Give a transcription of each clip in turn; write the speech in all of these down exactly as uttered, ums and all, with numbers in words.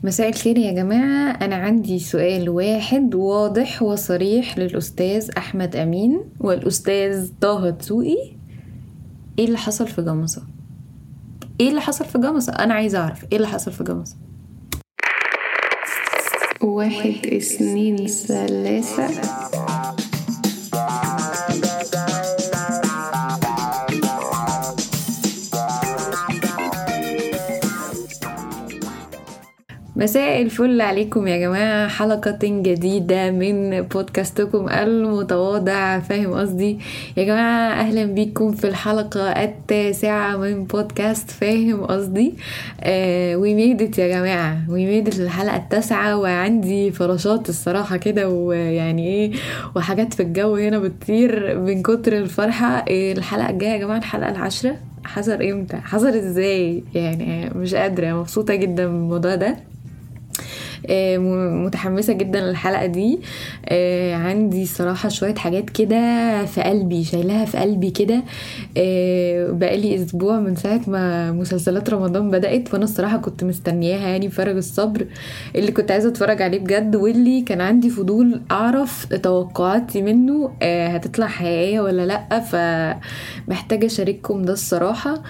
مساء الخير يا جماعة، أنا عندي سؤال واحد واضح وصريح للأستاذ أحمد أمين والأستاذ طه دسوقي. إيه اللي حصل في جمصة؟ إيه اللي حصل في جمصة؟ أنا عايزة أعرف إيه اللي حصل في جمصة. واحد اثنين ثلاثة. مساء الفل عليكم يا جماعة، حلقة جديدة من بودكاستكم المتواضع. فاهم قصدي يا جماعة؟ أهلا بيكم في الحلقة التاسعة من بودكاست فاهم قصدي. آه ويميدت يا جماعة، ويميدت الحلقة التاسعة، وعندي فراشات الصراحة كده، ويعني ايه، وحاجات في الجو هنا بتطير من كتر الفرحة. إيه الحلقة الجاية يا جماعة؟ الحلقة العاشرة. حصل امتى؟ حصل ازاي؟ يعني مش قادرة، مبسوطة جدا بالموضوع ده، متحمسة جدا للحلقة دي. عندي صراحة شوية حاجات كده في قلبي، شايلها في قلبي كده بقالي اسبوع من ساعة ما مسلسلات رمضان بدأت، وانا الصراحة كنت مستنياها يعني بفارغ الصبر، اللي كنت عايزة اتفرج عليه بجد، واللي كان عندي فضول اعرف توقعاتي منه هتطلع حقيقية ولا لأ. فمحتاجة اشارككم ده الصراحة.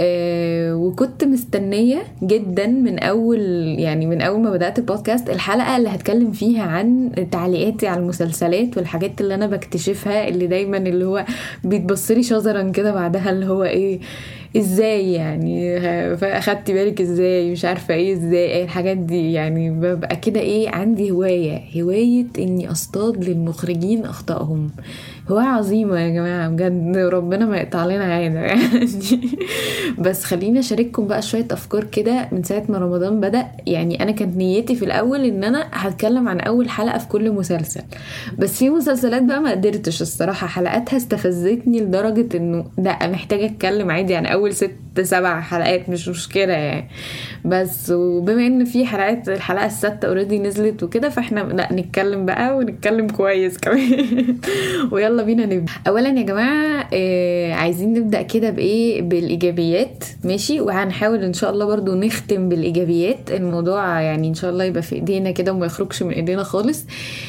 وكنت مستنية جدا من اول يعني من اول ما بدأت البودكاست الحلقة اللي هتكلم فيها عن تعليقاتي على المسلسلات والحاجات اللي انا بكتشفها، اللي دايما اللي هو بيتبصلي شجرا كده بعدها، اللي هو ايه، ازاي يعني اخدتي بالك، ازاي مش عارفة ايه، ازاي ايه الحاجات دي. يعني ببقى كده ايه، عندي هواية هواية اني اصطاد للمخرجين اخطائهم. هواية عظيمة يا جماعة بجد، ربنا ما يقطع لنا عادة يعني. بس خليني اشارككم بقى شوية افكار كده من ساعة ما رمضان بدأ. يعني انا كانت نيتي في الاول ان انا هتكلم عن اول حلقة في كل مسلسل، بس في مسلسلات بقى ما قدرتش الصراحة، حلقاتها استفزتني لدرجة انه لا، محتاجة اتكلم عادي عن اول ست سبع حلقات، مش مشكلة يعني. بس وبما ان في حلقات الحلقة الستة اوريدي نزلت وكده، فاحنا لا نتكلم بقى ونتكلم كويس كمان. ويلا بينا نبدأ. اولا يا جماعة آه عايزين نبدأ كده بايه، بالايجابيات، ماشي؟ وهنحاول ان شاء الله برضو نختم بالايجابيات، الموضوع يعني ان شاء الله يبقى في ايدينا كده وما يخرجش من ايدينا خالص.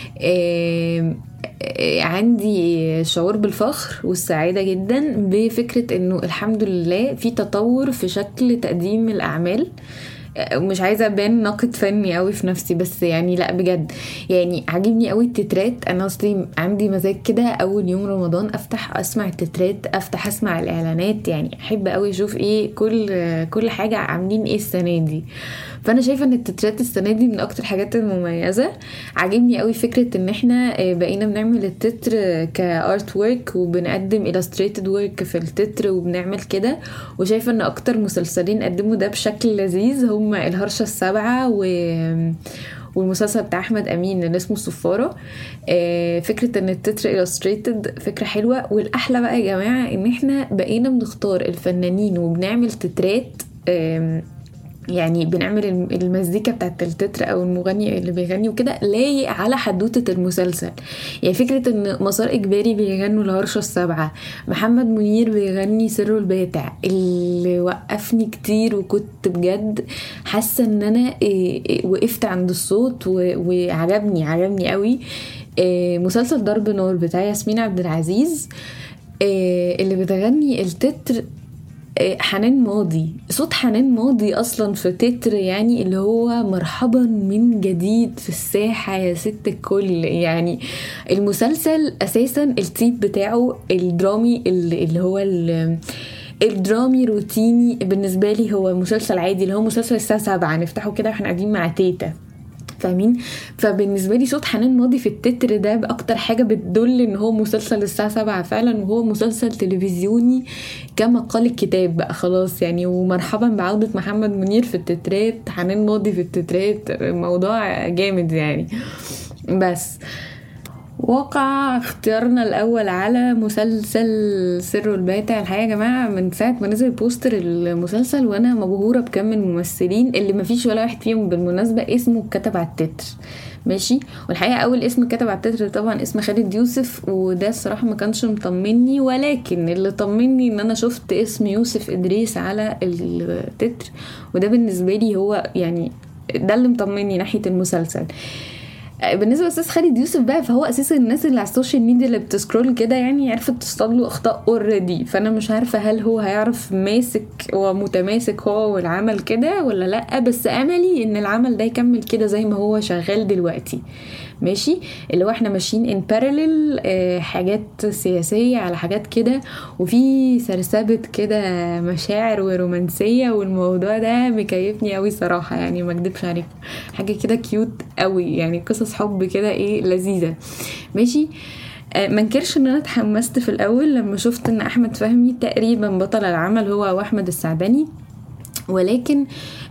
آه عندي شعور بالفخر والسعادة جدا بفكرة انه الحمد لله في تطور في شكل تقديم الاعمال. مش عايزه ابان ناقد فني قوي في نفسي، بس يعني لا بجد، يعني عاجبني قوي التترات. انا اصلي عندي مزاج كده اول يوم رمضان افتح اسمع التترات، افتح اسمع الاعلانات، يعني احب قوي اشوف ايه كل كل حاجه عاملين ايه السنه دي. فانا شايفه ان التترات السنه دي من اكتر الحاجات المميزه. عاجبني قوي فكره ان احنا بقينا بنعمل التتر كارت وورك، وبنقدم illustrated work في التتر وبنعمل كده. وشايفه ان اكتر مسلسلين قدموا ده بشكل لذيذ هم الهرشة السابعة و والمسلسل بتاع احمد امين اللي اسمه الصفارة. فكرة ان التتر illustrated فكرة حلوة. والاحلى بقى يا جماعة ان احنا بقينا بنختار الفنانين وبنعمل تترات، يعني بنعمل المزيكا بتاعت التتر او المغني اللي بيغني وكده لايق على حدوتة المسلسل. يعني فكرة ان مسار اجباري بيغنوا الهرشة السابعة، محمد منير بيغني سر الباتع، اللي وقفني كتير وكنت بجد حاسة ان انا وقفت عند الصوت وعجبني عجبني قوي. مسلسل ضرب نار بتاع ياسمين عبد العزيز، اللي بتغني التتر حنان ماضي، صوت حنان ماضي اصلا في تتر، يعني اللي هو مرحبا من جديد في الساحة يا ست الكل. يعني المسلسل اساسا التيب بتاعه الدرامي، اللي هو الدرامي روتيني بالنسبة لي، هو مسلسل عادي اللي هو مسلسل الساعة سبعة نفتحه كده واحنا قاعدين مع تيتا، فاهمين؟ فبالنسبه لي صوت حنان ماضي في التتر ده باكتر حاجه بتدل ان هو مسلسل الساعه سبعة فعلا، وهو مسلسل تلفزيوني كما قال الكتاب بقى خلاص يعني. ومرحبا بعوده محمد منير في التترات، حنان ماضي في التترات، موضوع جامد يعني. بس وقع اختيارنا الاول على مسلسل سر الباتع. الحقيقه يا جماعه من ساعه ما نزل بوستر المسلسل وانا مبهوره بكم الممثلين، اللي مفيش ولا واحد فيهم بالمناسبه اسمه اتكتب على التتر، ماشي؟ والحقيقه اول اسم اتكتب على التتر طبعا اسم خالد يوسف، وده الصراحه ما كانش مطمني، ولكن اللي طمني ان انا شفت اسم يوسف ادريس على التتر، وده بالنسبه لي هو يعني ده اللي مطمني ناحيه المسلسل. بالنسبه لاستاذ خالد يوسف بقى، فهو اساسا الناس اللي على السوشيال ميديا اللي بتسكرول كده يعني عرفت تصطاد له اخطاء اوريدي، فانا مش عارفه هل هو هيعرف ماسك ومتماسك هو والعمل كده ولا لا، بس املي ان العمل ده يكمل كده زي ما هو شغال دلوقتي ماشي، اللي هو احنا ماشيين ان باراليل، حاجات سياسيه على حاجات كده، وفي سرسبه كده مشاعر ورومانسيه، والموضوع ده مكيفني قوي صراحه يعني ما اكدبش عليك، حاجه كده كيوت قوي يعني، قصص حب كده ايه لذيذه ماشي. ما انكرش ان انا اتحمست في الاول لما شفت ان احمد فهمي تقريبا بطل العمل هو واحمد السعدني، ولكن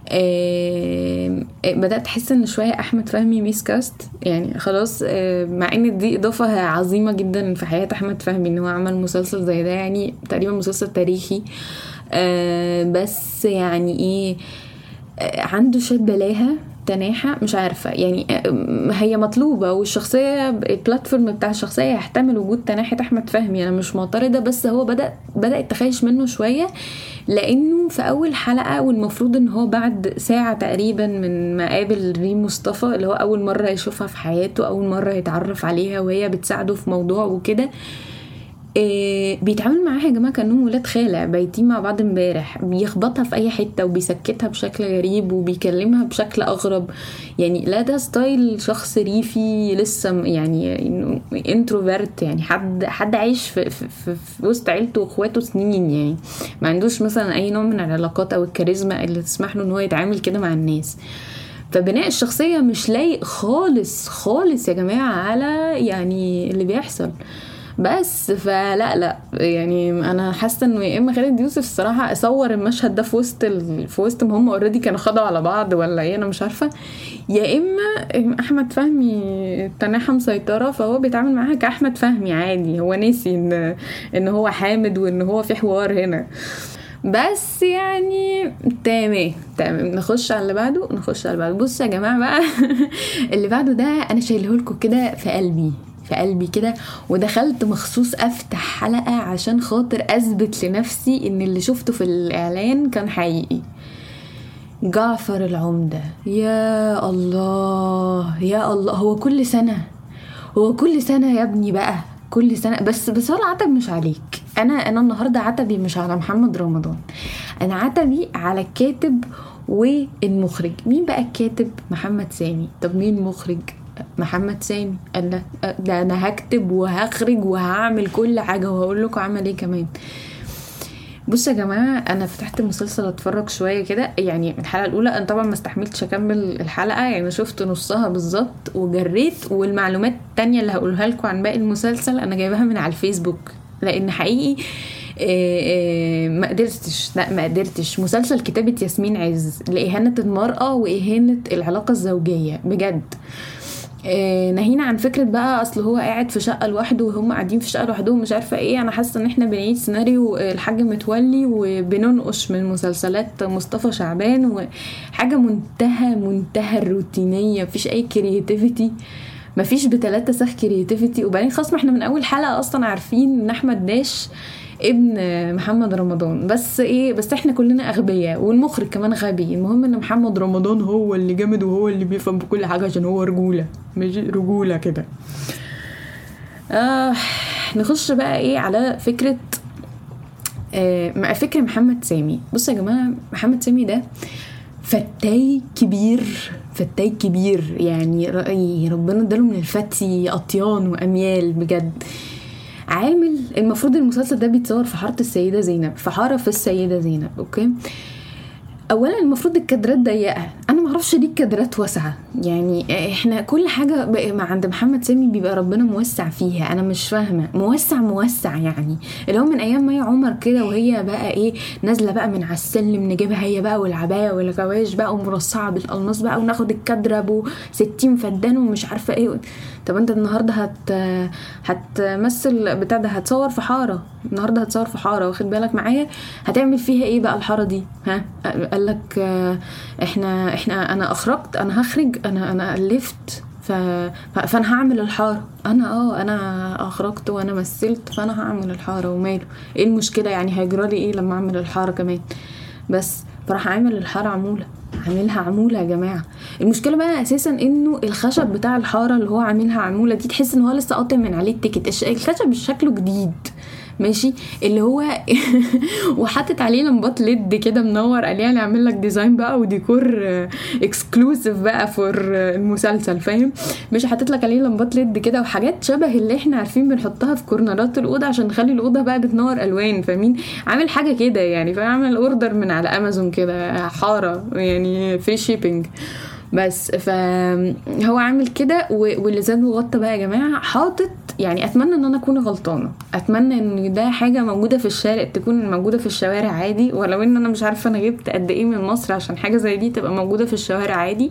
آه بدأت أحس إن شوية أحمد فهمي ميسكاست يعني خلاص، آه مع إن دي إضافة عظيمة جدا في حياة أحمد فهمي إن هو عمل مسلسل زي ده، يعني تقريبا مسلسل تاريخي، آه بس يعني إيه، آه عنده شوية بلاها تناحة مش عارفة يعني، هي مطلوبة والشخصية البلاتفورم بتاع الشخصية يحتمل وجود تناحة أحمد فهمي، أنا مش معترضة، بس هو بدأ بدأ تخيش منه شوية، لأنه في أول حلقة والمفروض إن هو بعد ساعة تقريبا من ما قابل ريم مصطفى اللي هو أول مرة يشوفها في حياته، أول مرة يتعرف عليها وهي بتساعده في موضوع وكده، إيه بيتعامل معاها يا جماعه كانهم ولاد خاله بايتين مع بعض امبارح، بيخبطها في اي حته وبيسكتها بشكل غريب وبيكلمها بشكل اغرب يعني، لا ده ستايل شخص ريفي لسه يعني انتروفيرت يعني، حد حد عايش في, في, في, في وسط عيلته واخواته سنين يعني، ما عندوش مثلا اي نوع من العلاقات او الكاريزما اللي تسمح له ان هو يتعامل كده مع الناس، فبناء الشخصيه مش لايق خالص خالص يا جماعه على يعني اللي بيحصل، بس فلا لا يعني انا حاسه انه يا اما خالد يوسف الصراحه اصور المشهد ده في وسط ال... في وسط ما هم اوريدي كانوا خدوا على بعض ولا ايه، انا مش عارفه، يا اما احمد فهمي التناحه مسيطره فهو بيتعامل معاها كاحمد فهمي عادي، هو ناسي ان ان هو حامد وان هو في حوار هنا، بس يعني تمام تمام نخش على اللي بعده نخش على اللي بعده. بصوا يا جماعه بقى اللي بعده ده انا شايله لكم كده في قلبي في قلبي كده، ودخلت مخصوص افتح حلقة عشان خاطر اثبت لنفسي ان اللي شفته في الاعلان كان حقيقي. جعفر العمدة، يا الله يا الله، هو كل سنة هو كل سنة يا ابني بقى كل سنة، بس بس هو العتب مش عليك، انا انا النهاردة عتبي مش على محمد رمضان، انا عتبي على الكاتب والمخرج. مين بقى الكاتب؟ محمد سامي. طب مين المخرج؟ محمد سامي. قال ده انا هكتب وهخرج وهعمل كل حاجه وهقول لكم عمل ايه كمان. بصوا يا جماعه انا فتحت المسلسل اتفرج شويه كده يعني، الحلقه الاولى انا طبعا ما استحملتش اكمل الحلقه يعني، شفت نصها بالظبط وجريت، والمعلومات التانية اللي هقولها لكم عن باقي المسلسل انا جايباها من على الفيسبوك، لان حقيقي إيه إيه ما قدرتش لا ما قدرتش مسلسل كتابه ياسمين عز لاهانه المراه واهانه العلاقه الزوجيه بجد. آه نهينا عن فكرة بقى اصل هو قاعد في شقة لوحده وهم قاعدين في شقة لوحدهم مش عارفة ايه، انا حاسة ان احنا بنعيد سيناريو الحاج متولي وبننقش من مسلسلات مصطفى شعبان، وحاجة منتهى منتهى الروتينية، مفيش اي كرياتيفيتي، مفيش بتلاتة سخ كرياتيفيتي. وبعدين خاصة احنا من اول حلقة اصلا عارفين ان احمد داش ابن محمد رمضان، بس ايه بس احنا كلنا اغبياء والمخرج كمان غبي، المهم ان محمد رمضان هو اللي جامد وهو اللي بيفهم بكل حاجه عشان هو رجوله ماشي رجوله كده. آه نخش بقى ايه على فكره آه مع فكره محمد سامي. بصوا يا جماعه محمد سامي ده فتاي كبير فتاي كبير يعني، رأي ربنا اداله من الفتي اطيان واميال بجد. عامل المفروض المسلسل ده بيتصور في حارة السيدة زينب، في حارة في السيدة زينب اوكي. اولا المفروض الكادرات ضيقه، انا ما اعرفش ليه الكادرات واسعه يعني، احنا كل حاجه ما عند محمد سامي بيبقى ربنا موسع فيها، انا مش فاهمه موسع موسع يعني، اللي هو من ايام مي عمر كده وهي بقى ايه نازله بقى من على السلم نجيبها هي بقى والعبايه والجواش بقى ومرصعه بالالماس بقى وناخد الكادر ابو ستين فدان ومش عارفه ايه. طب انت النهارده هت هتمثل بتاع ده، هتصور في حاره النهارده، هتصور في حاره واخد بالك معايا، هتعمل فيها ايه بقى الحاره دي؟ ها قال لك احنا احنا انا اخرجت انا هخرج انا انا الفت ف... فانا هعمل الحاره، انا اه انا اخرجت وانا مثلت فانا هعمل الحاره وماله ايه المشكله يعني، هيجرالي ايه لما اعمل الحاره كمان؟ بس فراح عامل الحاره عموله عاملها عمولة يا جماعة. المشكلة بقى اساسا انه الخشب بتاع الحارة اللي هو عاملها عمولة دي تحس ان هو لسه قاطع من عليه التيكت. الخشب شكله جديد ماشي اللي هو وحطت عليه لمبات ليد كده منور قال يعني اعمل لك ديزاين بقى وديكور اكسكلوسيف بقى فور المسلسل فاهم. مش حطت لك عليه لمبات ليد كده وحاجات شبه اللي احنا عارفين بنحطها في كورنرات الاوضه عشان نخلي الاوضه بقى بتنور الوان فاهمين. عامل حاجه كده يعني فعمل اوردر من على امازون كده حاره يعني فري شيبينج بس. فهو عامل كده واللي زاد وغطى بقى يا جماعه حاطط يعني اتمنى ان انا اكون غلطانه. اتمنى ان ده حاجه موجوده في الشارع تكون موجوده في الشوارع عادي ولو ان انا مش عارفه انا جبت قد ايه من مصر عشان حاجه زي دي تبقى موجوده في الشوارع عادي.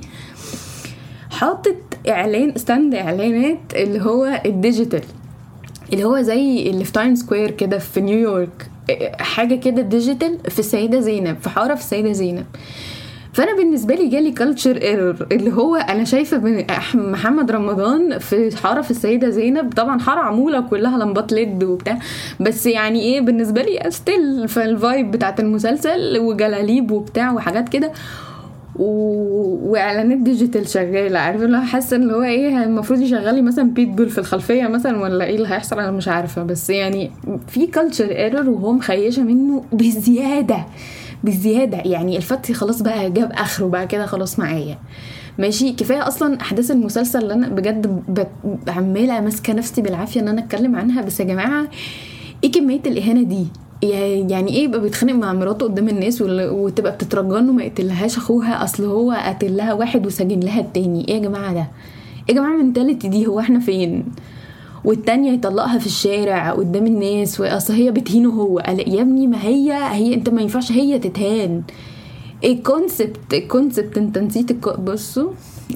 حاطط اعلان ستاند اعلانات اللي هو الديجيتال اللي هو زي اللي في تايم سكوير كده في نيويورك حاجه كده ديجيتال في السيده زينب في حاره في السيده زينب. فانا بالنسبه لي جالي كالتشر ايرور اللي هو انا شايفه محمد رمضان في حاره في السيده زينب طبعا حاره عموله كلها لمبات ليد وبتاع بس يعني ايه بالنسبه لي استيل في الفايب بتاعه المسلسل وجلاليب وبتاع وحاجات كده و... واعلانات ديجيتال شغاله عارف اللي هو حاسه ان هو ايه المفروض يشغلي مثلا بيتبول في الخلفيه مثلا ولا ايه اللي هيحصل انا مش عارفه بس يعني في كالتشر ايرور وهو مخيشه منه بزياده بزيادة. يعني الفتح خلاص بقى جاب اخره بقى كده خلاص معايا ماشي كفايه اصلا احداث المسلسل اللي انا بجد عماله ماسكه نفسي بالعافيه ان انا اتكلم عنها. بس يا جماعه ايه كميه الاهانه دي يعني ايه يبقى بيتخانق مع مراته قدام الناس وتبقى بتترجنه ما يقتلهاش اخوها اصل هو قتل لها واحد وسجن لها التاني. ايه يا جماعه ده ايه يا جماعه منتاليتي دي هو احنا فين. والتانية يطلقها في الشارع قدام الناس واصل هي بتهينه هو قال يا ابني ما هي هي انت ما ينفعش هي تتهان. ايه كونسبت الكونسبت انت نسيت الكو... بصوا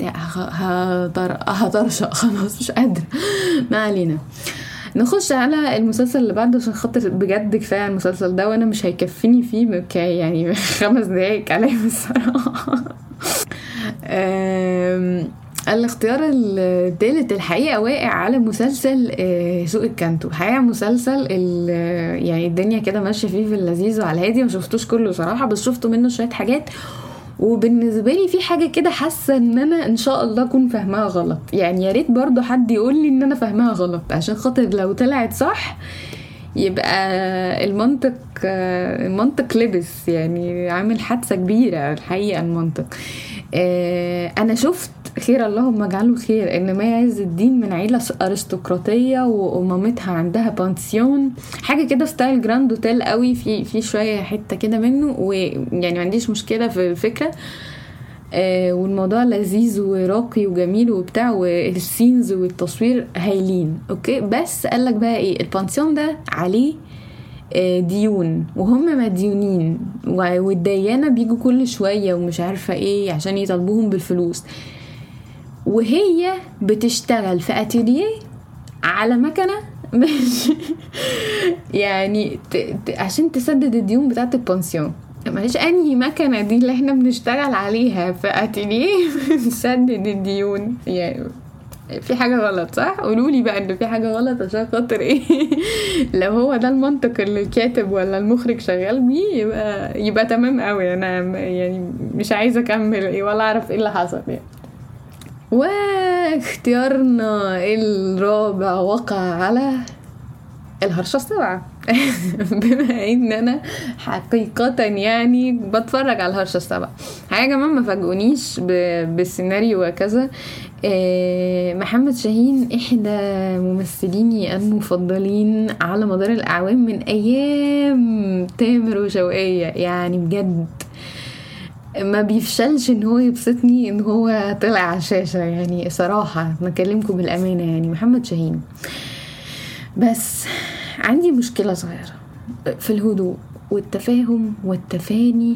هطر... هطرشق خلاص مش قادرة ما علينا. نخش على المسلسل اللي بعده عشان خاطر بجد كفايه المسلسل ده وانا مش هيكفيني فيه مكاي يعني خمس دقايق عليه بصراحه. الاختيار الثالث الحقيقه واقع على مسلسل سوق الكانتو. الحقيقه مسلسل يعني الدنيا كده ماشيه فيه في اللذيذ وعلى الهادي ما شفتوش كله صراحه بس شفته منه شويه حاجات وبالنسبه لي في حاجه كده حاسه ان انا ان شاء الله اكون فاهماها غلط. يعني يا ريت برضو حد يقول لي ان انا فاهماها غلط عشان خاطر لو طلعت صح يبقى المنطق المنطق لبس يعني عامل حادثه كبيره الحقيقه. المنطق انا شفت خير اللهم اجعله خير ان مي عز الدين من عيله ارستقراطيه ومامتها عندها بانسيون حاجه كده ستايل جراند اوتيل قوي في في شويه حته كده منه ويعني ما عنديش مشكله في الفكره آه والموضوع لذيذ وراقي وجميل وبتاع والسينز والتصوير هايلين اوكي. بس قالك بقى ايه البانسيون ده عليه آه ديون وهم مديونين والديانه بيجوا كل شويه ومش عارفه ايه عشان يطالبوهم بالفلوس وهي بتشتغل في اتيليه على مكنه ماشي يعني ت... ت... عشان تسدد الديون بتاعه البانسيون. معلش انهي مكنه دي اللي احنا بنشتغل عليها في اتيليه نسدد الديون يعني في حاجه غلط صح. قولوا لي بقى ان في حاجه غلط عشان خاطر ايه لو هو ده المنطق اللي الكاتب ولا المخرج شغال بيه يبقى يبقى تمام قوي. انا يعني مش عايزه اكمل ايه ولا اعرف ايه اللي حصل يعني. واختيارنا الرابع وقع على الهرشة السبعة بما ان انا حقيقة يعني بتفرج على الهرشة السبعة حاجة ما فاجئونيش بالسيناريو وكذا. محمد شاهين احدى ممثليني المفضلين على مدار الاعوام من ايام تامر وشوقية يعني بجد ما بيفشلش ان هو يبسطني ان هو طلع على الشاشة يعني صراحة نكلمكم بالامانة يعني محمد شاهين. بس عندي مشكلة صغيرة في الهدوء والتفاهم والتفاني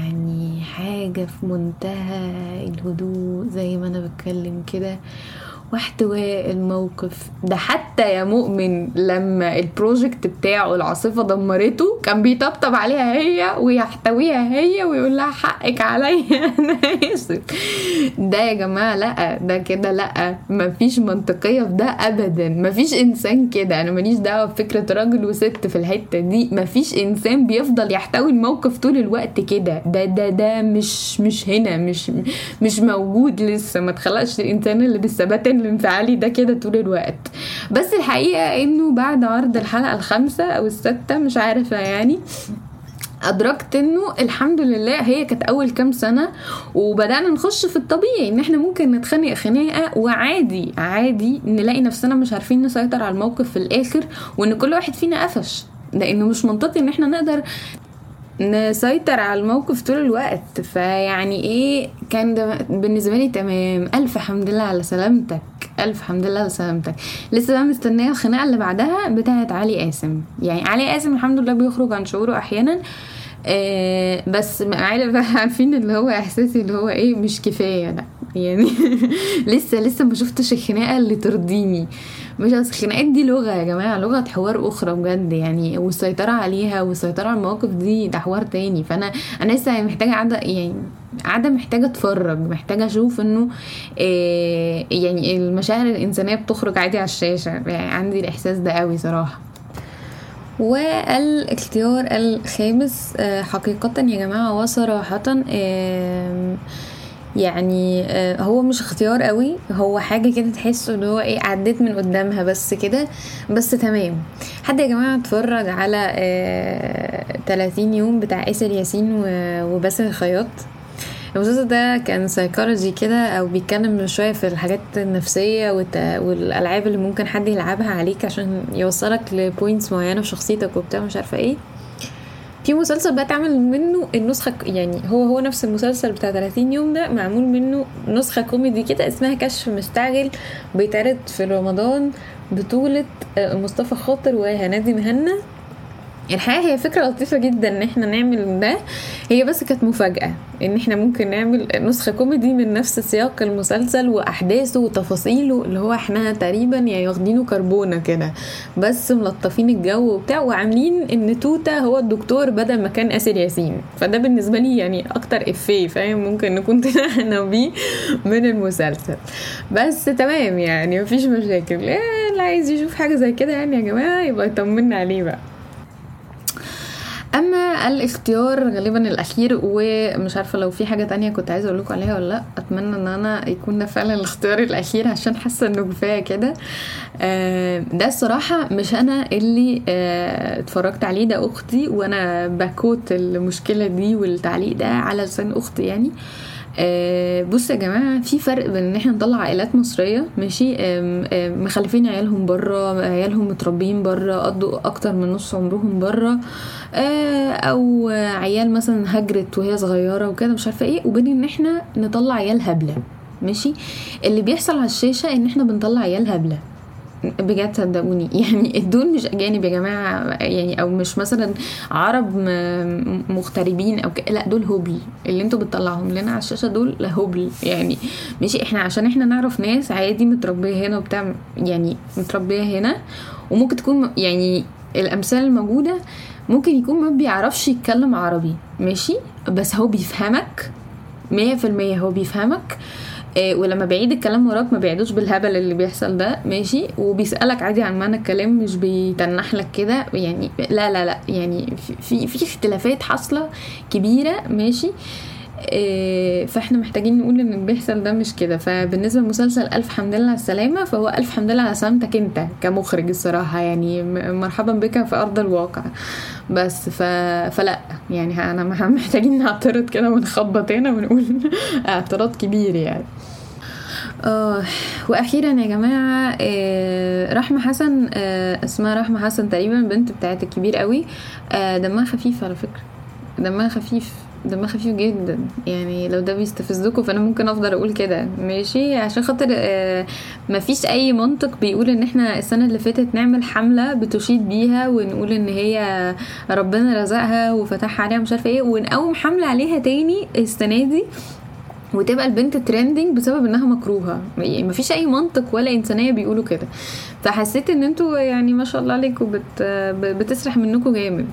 ويعني حاجة في منتهى الهدوء زي ما انا بتكلم كده واحتواء الموقف ده. حتى يا مؤمن لما البروجكت بتاعه العاصفة دمرته كان بيطبطب عليها هي ويحتويها هي ويقول لها حقك عليا انا اسف. ده يا جماعة لا، ده كده لا، مفيش منطقية في ده ابدا. مفيش انسان كده، انا ماليش دعوة بفكرة راجل وست في الحتة دي. مفيش انسان بيفضل يحتوي الموقف طول الوقت كده. ده ده ده مش مش هنا، مش مش موجود لسه. ما تخلقش الانسان اللي بالثبات الانفعالي ده كده طول الوقت. بس الحقيقة انه بعد عرض الحلقة الخامسة او الستة مش عارفة يعني، ادركت انه الحمد لله هي كانت اول كام سنة، وبدأنا نخش في الطبيعي ان احنا ممكن نتخانق خناقة وعادي عادي نلاقي نفسنا مش عارفين نسيطر على الموقف في الاخر، وان كل واحد فينا قفش. لانه مش منطقي ان احنا نقدر نسيطر على الموقف طول الوقت. فيعني ايه، كان ده بالنسبة لي تمام. الف حمد لله على سلامتك، الف حمد لله على سلامتك. لسه بقى مستنيه الخناقه اللي بعدها بتاعه علي قاسم. يعني علي قاسم الحمد لله بيخرج عن شعوره احيانا، آه بس عارف عارفين اللي هو احساسي اللي هو ايه، مش كفايه لا يعني لسه لسه ما شفتش الخناقه اللي ترضيني. مش اصل الخناقات دي لغه يا جماعه، لغه حوار اخرى بجد يعني، والسيطره عليها والسيطره على المواقف دي ده حوار تاني. فانا انا لسه محتاجه قاعده يعني قاعده محتاجه اتفرج، محتاجه اشوف انه إيه يعني المشاعر الانسانيه بتخرج عادي على الشاشه. يعني عندي الاحساس ده قوي صراحه. والاختيار الخامس حقيقه يا جماعه وصراحه يعني هو مش اختيار قوي، هو حاجه كده تحسوا ان هو ايه، عديت من قدامها بس كده بس تمام. حد يا جماعه اتفرج على ثلاثين يوم بتاع آسر ياسين وباسل الخياط؟ المسلسل ده كان سايكولوجي كده، او بيتكلم شويه في الحاجات النفسيه والالعاب اللي ممكن حد يلعبها عليك عشان يوصلك لبوينتس معينه في شخصيتك وبتاع مش عارفه ايه. في مسلسل بقى اتعمل منه النسخه، يعني هو هو نفس المسلسل بتاع ثلاثين يوم ده، معمول منه نسخه كوميدي كده اسمها كشف مستعجل، بيتعرض في رمضان بطوله مصطفى خاطر وهنادي مهنا. الحقيقة هي فكرة لطيفة جدا ان احنا نعمل ده، هي بس كانت مفاجأة ان احنا ممكن نعمل نسخة كوميدي من نفس سياق المسلسل واحداثه وتفاصيله، اللي هو احنا تقريبا يعني واخدينه كربونة كده بس ملطفين الجو وبتاع، وعاملين ان توتا هو الدكتور بدل ما كان آسر ياسين. فده بالنسبة لي يعني اكتر افيه فاهم ممكن نكون طلعنا بيه من المسلسل. بس تمام يعني مفيش مشاكل. ايه اللي عايز يشوف حاجة زي كده يعني يا جماعة يبقى يطمنا عليه بقى. اما الاختيار غالبا الاخير، ومش عارفه لو في حاجه تانية كنت عايزه اقول لكم عليها ولا لا، اتمنى ان انا يكون ده فعلا الاختيار الاخير عشان حاسه انه كفايه كده. ده الصراحه مش انا اللي اتفرجت عليه، ده اختي، وانا بكوت المشكله دي والتعليق ده على لسان اختي يعني. أه بص يا جماعه، في فرق بين ان احنا نطلع عائلات مصريه ماشي مخلفين عيالهم بره، عيالهم متربيين بره، قضوا اكتر من نص عمرهم بره، أه او عيال مثلا هجرت وهي صغيره وكده مش عارفه ايه، وبين ان احنا نطلع عيال هبله ماشي. اللي بيحصل على الشاشه ان احنا بنطلع عيال هبله بجد صدقوني. يعني دول مش اجانب يا جماعه يعني، او مش مثلا عرب مغتربين او ك... لا دول هبل اللي انتوا بتطلعهم لنا على الشاشه، دول هبل يعني ماشي. احنا عشان احنا نعرف ناس عادي متربيه هنا وبتاع، يعني متربيه هنا، وممكن تكون يعني الامثال الموجوده ممكن يكون ما بيعرفش يتكلم عربي ماشي، بس هو بيفهمك مية في المية، هو بيفهمك إيه، ولما بعيد الكلام وراك ما بيعدوش بالهبل اللي بيحصل ده ماشي، وبيسألك عادي عن معنى الكلام مش بيتنح لك كده يعني. لا لا لا يعني في في اختلافات حاصله كبيره ماشي. إيه، فاحنا محتاجين نقول ان اللي بيحصل ده مش كده. فبالنسبه للمسلسل الف حمد لله على السلامه، فهو الف حمد لله على سلامتك انت كمخرج الصراحه يعني، مرحبا بك في ارض الواقع. بس ف... فلا يعني انا محتاجين نعترض كده ونخبط هنا ونقول اعتراض كبير يعني. آه واخيرا يا جماعه، آه رحمه حسن، آه اسمها رحمه حسن تقريبا، بنت بتاعت الكبير قوي، آه دمها خفيف على فكره، دمها خفيف دمها خفيف جدا يعني. لو ده بيستفزكم فانا ممكن افضل اقول كده ماشي، عشان خاطر آه مفيش اي منطق بيقول ان احنا السنه اللي فاتت نعمل حمله بتشيد بيها ونقول ان هي ربنا رزقها وفتحها عليها مش عارفه ايه، ونقوم حمله عليها تاني السنه دي وتبقى البنت ترندنج بسبب انها مكروهه. يعني مفيش اي منطق ولا انسانيه بيقولوا كده. فحسيت ان انتوا يعني ما شاء الله عليكم بت بتسرح منكم جامد.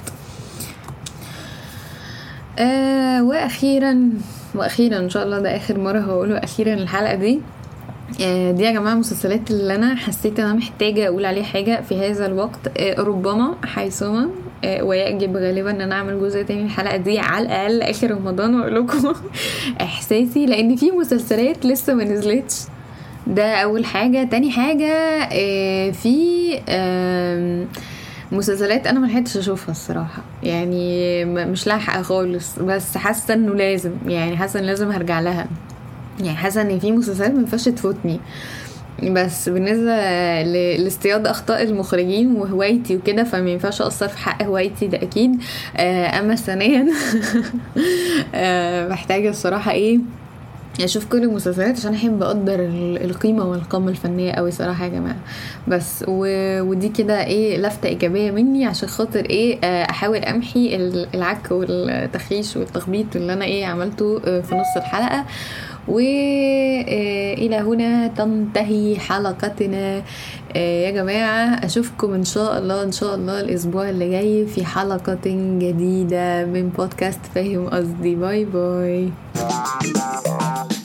آه واخيرا واخيرا ان شاء الله ده اخر مره هقوله اخيرا الحلقه دي. آه دي يا جماعه مسلسلات اللي انا حسيت ان انا محتاجه اقول عليه حاجه في هذا الوقت. آه ربما حيثما آه ويجب غالبا ان انا اعمل جزء تاني الحلقه دي على الاقل اخر رمضان واقول لكم احساسي، لان في مسلسلات لسه ما نزلتش. ده اول حاجه. تاني حاجه آه في آه مسلسلات انا ما لحقتش اشوفها الصراحه، يعني مش لاحقه خالص، بس حاسه انه لازم، يعني حاسه ان لازم هرجع لها. يعني حاسه ان في مسلسلات ما ينفعش تفوتني. بس بالنسبه ل- لاصطياد اخطاء المخرجين وهوايتي وكده فما ينفعش اقصر في حق هوايتي ده اكيد. آه، اما ثانيا آه، محتاجه الصراحه ايه اشوف كل المسلسلات عشان احب اقدر ال- القيمه والقامه الفنيه قوي صراحه يا جماعه. بس و... ودي كده ايه لفته ايجابيه مني عشان خاطر ايه آه، احاول امحي ال- العك والتخيش والتخبيط اللي انا ايه عملته آه، في نص الحلقه. وإلى هنا تنتهي حلقتنا يا جماعة. أشوفكم إن شاء الله إن شاء الله الأسبوع اللي جاي في حلقة جديدة من بودكاست فاهم قصدي. باي باي.